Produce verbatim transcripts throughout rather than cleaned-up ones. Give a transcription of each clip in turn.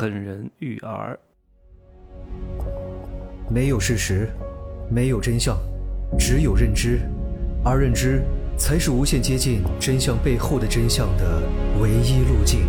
狠人育儿。 没有事实，没有真相，只有认知，而认知才是无限接近真相背后的真相的唯一路径。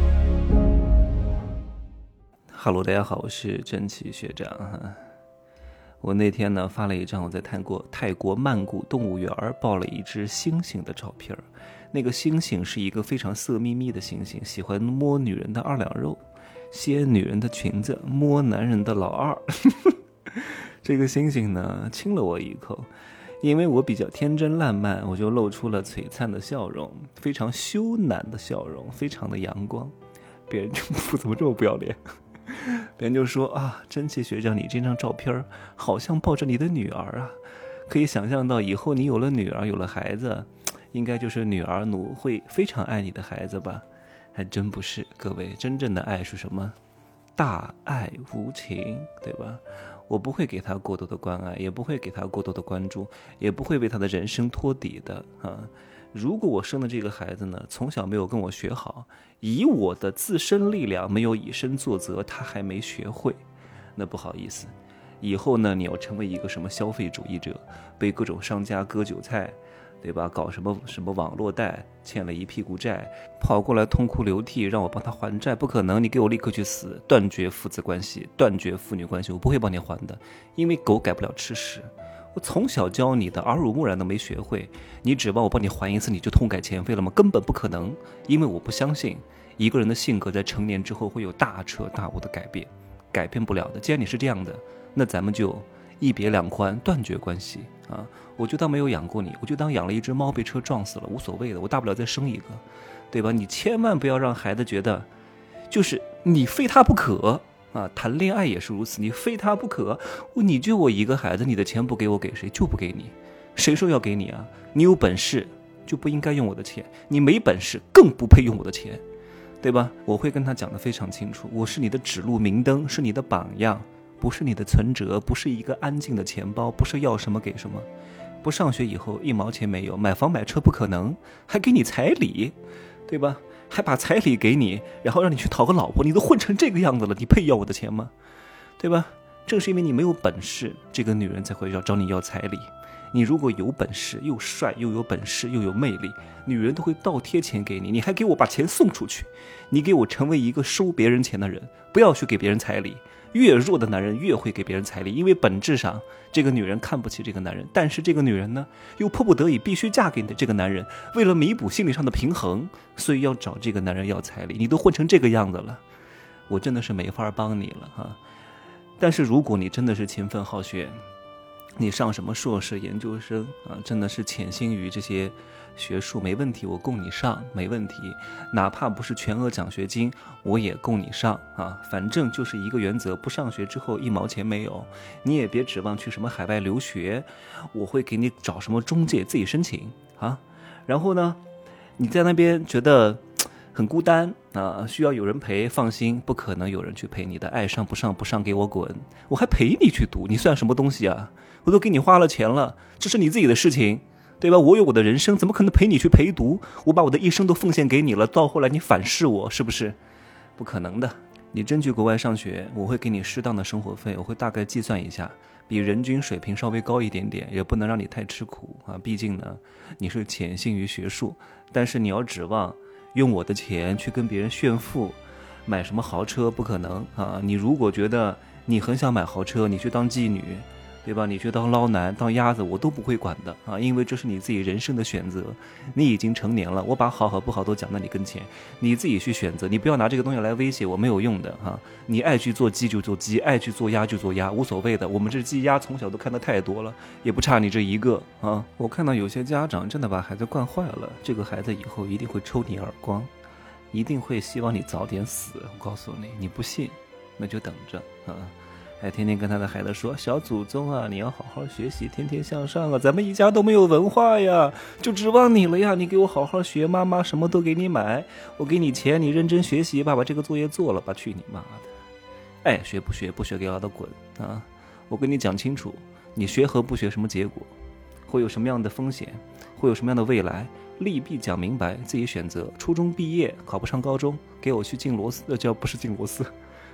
哈喽，大家好，我是真奇学长。我那天呢发了一张我在泰国泰国曼谷动物园抱了一只猩猩的照片。那个猩猩是一个非常色眯眯的猩猩，喜欢摸女人的二两肉，掀女人的裙子，摸男人的老二。这个猩猩呢亲了我一口，因为我比较天真烂漫，我就露出了璀璨的笑容，非常羞赧的笑容，非常的阳光。别人就不怎么这么不要脸，别人就说啊，真奇学长，你这张照片好像抱着你的女儿啊，可以想象到以后你有了女儿，有了孩子，应该就是女儿奴会非常爱你的孩子吧？还真不是，各位，真正的爱是什么？大爱无情，对吧？我不会给他过多的关爱，也不会给他过多的关注，也不会为他的人生托底的啊。如果我生的这个孩子呢，从小没有跟我学好，以我的自身力量没有以身作则，他还没学会，那不好意思，以后呢，你要成为一个什么消费主义者，被各种商家割韭菜，对吧？搞什么什么网络贷，欠了一屁股债，跑过来痛哭流涕让我帮他还债，不可能！你给我立刻去死，断绝父子关系，断绝父女关系，我不会帮你还的，因为狗改不了吃屎。我从小教你的耳濡目染都没学会，你指望我帮你还一次你就痛改前非了吗？根本不可能，因为我不相信一个人的性格在成年之后会有大彻大悟的改变，改变不了的。既然你是这样的，那咱们就一别两宽，断绝关系啊！我就当没有养过你，我就当养了一只猫被车撞死了，无所谓的，我大不了再生一个，对吧？你千万不要让孩子觉得就是你非他不可啊！谈恋爱也是如此，你非他不可，你就我一个孩子，你的钱不给我给谁？就不给你，谁说要给你啊？你有本事就不应该用我的钱，你没本事更不配用我的钱，对吧？我会跟他讲得非常清楚，我是你的指路明灯，是你的榜样，不是你的存折，不是一个安静的钱包，不是要什么给什么。不上学以后一毛钱没有，买房买车不可能，还给你彩礼，对吧？还把彩礼给你，然后让你去讨个老婆，你都混成这个样子了，你配要我的钱吗？对吧？正是因为你没有本事，这个女人才会要找你要彩礼。你如果有本事，又帅又有本事又有魅力，女人都会倒贴钱给你，你还给我把钱送出去，你给我成为一个收别人钱的人，不要去给别人彩礼。越弱的男人越会给别人彩礼，因为本质上这个女人看不起这个男人，但是这个女人呢又迫不得已必须嫁给这个男人，为了弥补心理上的平衡，所以要找这个男人要彩礼。你都混成这个样子了，我真的是没法帮你了哈。但是如果你真的是勤奋好学，你上什么硕士研究生啊，真的是潜心于这些学术，没问题，我供你上，没问题，哪怕不是全额奖学金，我也供你上啊！反正就是一个原则，不上学之后一毛钱没有，你也别指望去什么海外留学，我会给你找什么中介自己申请啊。然后呢，你在那边觉得很孤单啊，需要有人陪，放心，不可能有人去陪你的，爱上不上不上给我滚，我还陪你去读，你算什么东西啊？我都给你花了钱了，这是你自己的事情，对吧？我有我的人生，怎么可能陪你去陪读？我把我的一生都奉献给你了，到后来你反噬我，是不是？不可能的。你真去国外上学，我会给你适当的生活费，我会大概计算一下，比人均水平稍微高一点点，也不能让你太吃苦啊。毕竟呢，你是潜心于学术，但是你要指望用我的钱去跟别人炫富，买什么豪车，不可能啊！你如果觉得你很想买豪车，你去当妓女，对吧？你去当捞男当鸭子，我都不会管的啊，因为这是你自己人生的选择，你已经成年了，我把好和不好都讲到你跟前，你自己去选择，你不要拿这个东西来威胁我，没有用的啊！你爱去做鸡就做鸡，爱去做鸭就做鸭，无所谓的，我们这鸡鸭从小都看得太多了，也不差你这一个啊！我看到有些家长真的把孩子惯坏了，这个孩子以后一定会抽你耳光，一定会希望你早点死，我告诉你，你不信那就等着啊！还天天跟他的孩子说，小祖宗啊，你要好好学习，天天向上啊，咱们一家都没有文化呀，就指望你了呀，你给我好好学，妈妈什么都给你买，我给你钱，你认真学习吧，把这个作业做了吧，去你妈的，爱学不学，不学给老子滚啊！我跟你讲清楚，你学和不学什么结果，会有什么样的风险，会有什么样的未来，利弊讲明白，自己选择。初中毕业考不上高中，给我去进螺丝，呃，叫不是进螺丝，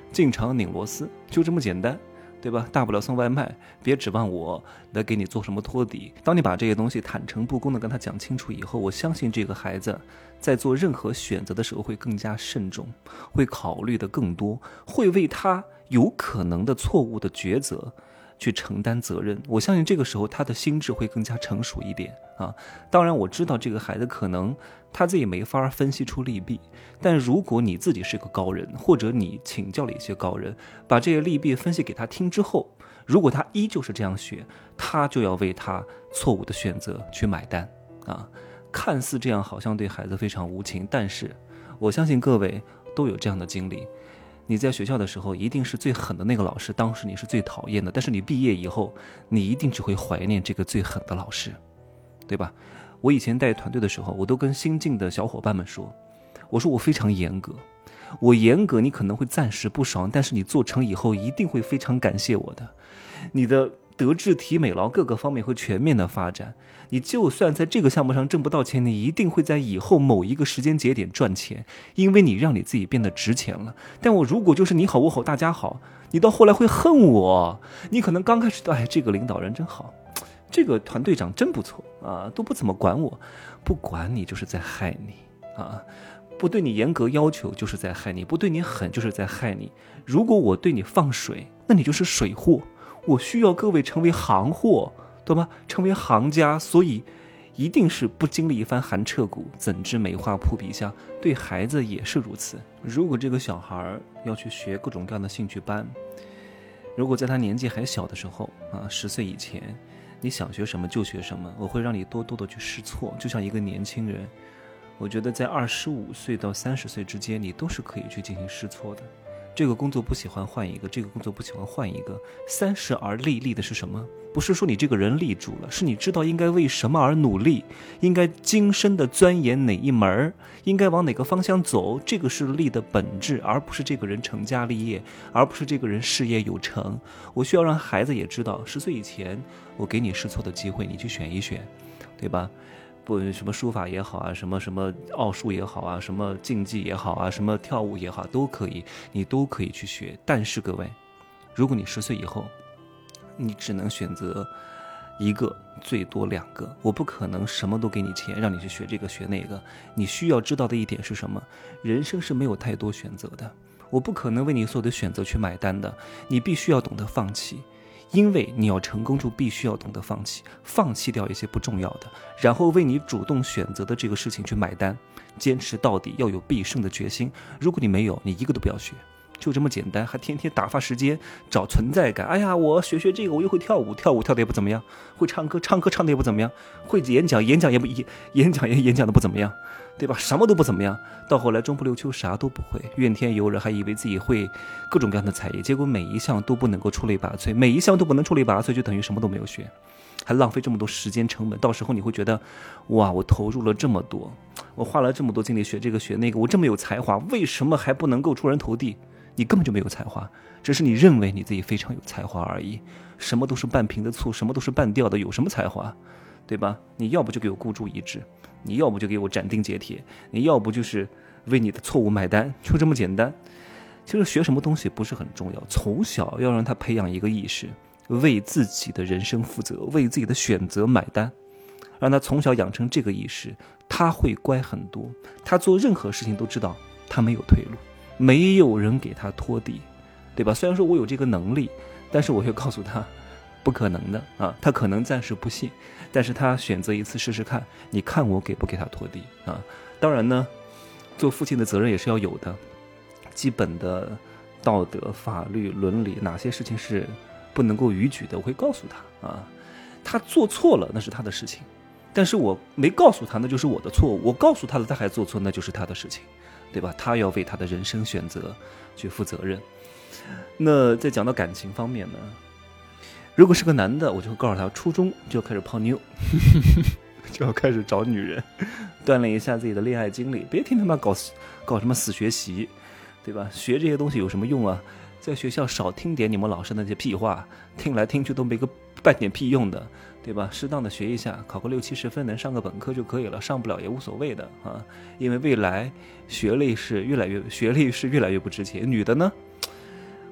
进厂拧螺丝，就这么简单，对吧？大不了送外卖，别指望我来给你做什么托底。当你把这些东西坦诚不公的跟他讲清楚以后，我相信这个孩子在做任何选择的时候会更加慎重，会考虑的更多，会为他有可能的错误的抉择去承担责任。我相信这个时候他的心智会更加成熟一点啊。当然我知道这个孩子可能他自己没法分析出利弊，但如果你自己是个高人，或者你请教了一些高人，把这些利弊分析给他听之后，如果他依旧是这样学，他就要为他错误的选择去买单啊。看似这样好像对孩子非常无情，但是我相信各位都有这样的经历。你在学校的时候一定是最狠的那个老师，当时你是最讨厌的，但是你毕业以后你一定只会怀念这个最狠的老师，对吧？我以前带团队的时候，我都跟新进的小伙伴们说，我说我非常严格，我严格你可能会暂时不爽，但是你做成以后一定会非常感谢我的，你的德智体美劳各个方面会全面的发展，你就算在这个项目上挣不到钱，你一定会在以后某一个时间节点赚钱，因为你让你自己变得值钱了。但我如果就是你好我好大家好，你到后来会恨我，你可能刚开始哎这个领导人真好，这个团队长真不错啊，都不怎么管我，不管你就是在害你啊，不对你严格要求就是在害你，不对你狠就是在害你。如果我对你放水，那你就是水货，我需要各位成为行货，对吗？成为行家，所以一定是不经历一番寒彻骨，怎知梅花扑鼻香。对孩子也是如此。如果这个小孩要去学各种各样的兴趣班，如果在他年纪还小的时候啊，十岁以前，你想学什么就学什么，我会让你多多的去试错。就像一个年轻人，我觉得在二十五岁到三十岁之间，你都是可以去进行试错的。这个工作不喜欢换一个，这个工作不喜欢换一个。三十而立，立的是什么？不是说你这个人立住了，是你知道应该为什么而努力，应该精深的钻研哪一门，应该往哪个方向走，这个是立的本质，而不是这个人成家立业，而不是这个人事业有成。我需要让孩子也知道，十岁以前我给你试错的机会，你去选一选，对吧？不，什么书法也好啊，什么什么奥数也好啊，什么竞技也好啊，什么跳舞也好，都可以，你都可以去学。但是各位，如果你十岁以后，你只能选择一个，最多两个，我不可能什么都给你钱，让你去学这个学那个。你需要知道的一点是什么？人生是没有太多选择的，我不可能为你所有的选择去买单的，你必须要懂得放弃。因为你要成功就必须要懂得放弃，放弃掉一些不重要的，然后为你主动选择的这个事情去买单，坚持到底，要有必胜的决心。如果你没有，你一个都不要学，就这么简单，还天天打发时间找存在感。哎呀，我学学这个，我又会跳舞，跳舞跳的也不怎么样，会唱歌，唱歌唱的也不怎么样，会演讲，演讲也不演讲也演讲的不怎么样，对吧？什么都不怎么样，到后来中不溜秋，啥都不会，怨天尤人，还以为自己会各种各样的才艺，结果每一项都不能够出类拔萃，每一项都不能出类拔萃，就等于什么都没有学，还浪费这么多时间成本。到时候你会觉得，哇，我投入了这么多，我花了这么多精力学这个学那个，我这么有才华，为什么还不能够出人头地？你根本就没有才华，只是你认为你自己非常有才华而已。什么都是半瓶的醋，什么都是半吊的，有什么才华？对吧？你要不就给我孤注一掷，你要不就给我斩钉截铁，你要不就是为你的错误买单，就这么简单。其实学什么东西不是很重要，从小要让他培养一个意识，为自己的人生负责，为自己的选择买单，让他从小养成这个意识，他会乖很多。他做任何事情都知道他没有退路，没有人给他拖地，对吧？虽然说我有这个能力，但是我会告诉他不可能的啊，他可能暂时不信，但是他选择一次试试看，你看我给不给他拖地啊？当然呢，做父亲的责任也是要有的，基本的道德、法律、伦理，哪些事情是不能够逾矩的，我会告诉他啊。他做错了那是他的事情，但是我没告诉他那就是我的错误，我告诉他了他还做错那就是他的事情，对吧？他要为他的人生选择去负责任。那在讲到感情方面呢，如果是个男的，我就会告诉他初中就要开始泡妞就要开始找女人，锻炼一下自己的恋爱经历，别听他妈搞搞什么死学习，对吧？学这些东西有什么用啊？在学校少听点你们老师那些屁话，听来听去都没个半点屁用的，对吧？适当的学一下，考个六七十分能上个本科就可以了，上不了也无所谓的啊。因为未来学历是越来越学历是越来越不值钱，女的呢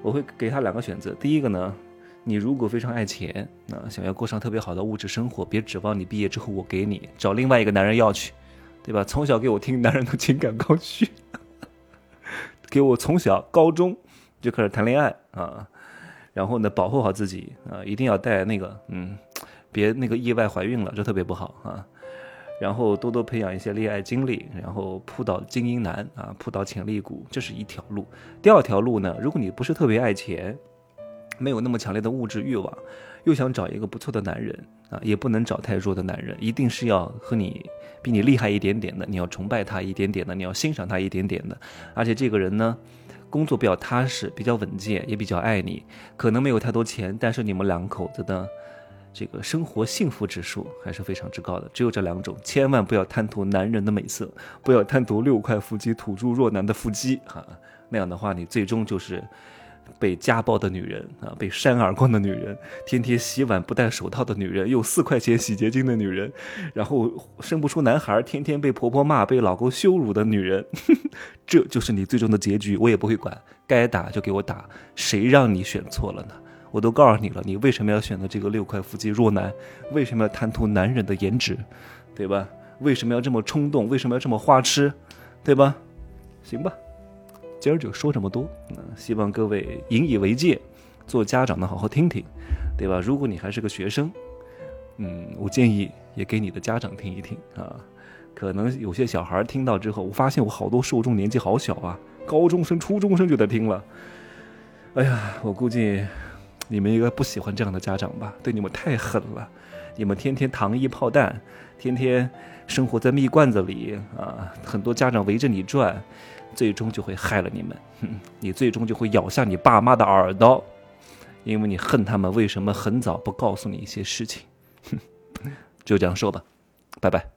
我会给他两个选择。第一个呢，你如果非常爱钱啊，想要过上特别好的物质生活，别指望你毕业之后我给你，找另外一个男人要去，对吧？从小给我听男人的情感刚需，给我从小高中就开始谈恋爱啊，然后呢保护好自己啊，一定要带那个嗯，别那个意外怀孕了，这特别不好啊。然后多多培养一些恋爱经历，然后扑倒精英男啊，扑倒潜力股，这是一条路。第二条路呢，如果你不是特别爱钱，没有那么强烈的物质欲望，又想找一个不错的男人啊，也不能找太弱的男人，一定是要和你比你厉害一点点的，你要崇拜他一点点的，你要欣赏他一点点的，而且这个人呢，工作比较踏实，比较稳健，也比较爱你，可能没有太多钱，但是你们两口子的这个生活幸福指数还是非常之高的。只有这两种，千万不要贪图男人的美色，不要贪图六块腹肌土著弱男的腹肌啊，那样的话你最终就是被家暴的女人啊，被扇耳光的女人，天天洗碗不戴手套的女人，用四块钱洗洁精的女人，然后生不出男孩，天天被婆婆骂，被老公羞辱的女人，这就是你最终的结局。我也不会管，该打就给我打，谁让你选错了呢？我都告诉你了，你为什么要选择这个六块腹肌弱男？为什么要贪图男人的颜值，对吧？为什么要这么冲动？为什么要这么花痴，对吧？行吧，今儿就说这么多，嗯，希望各位引以为戒，做家长的好好听听，对吧？如果你还是个学生，嗯，我建议也给你的家长听一听啊。可能有些小孩听到之后，我发现我好多受众年纪好小啊，高中生、初中生就在听了。哎呀，我估计你们应该不喜欢这样的家长吧？对你们太狠了，你们天天糖衣炮弹，天天生活在蜜罐子里啊，很多家长围着你转，最终就会害了你们。哼，你最终就会咬下你爸妈的耳朵，因为你恨他们为什么很早不告诉你一些事情。哼，就这样说吧，拜拜。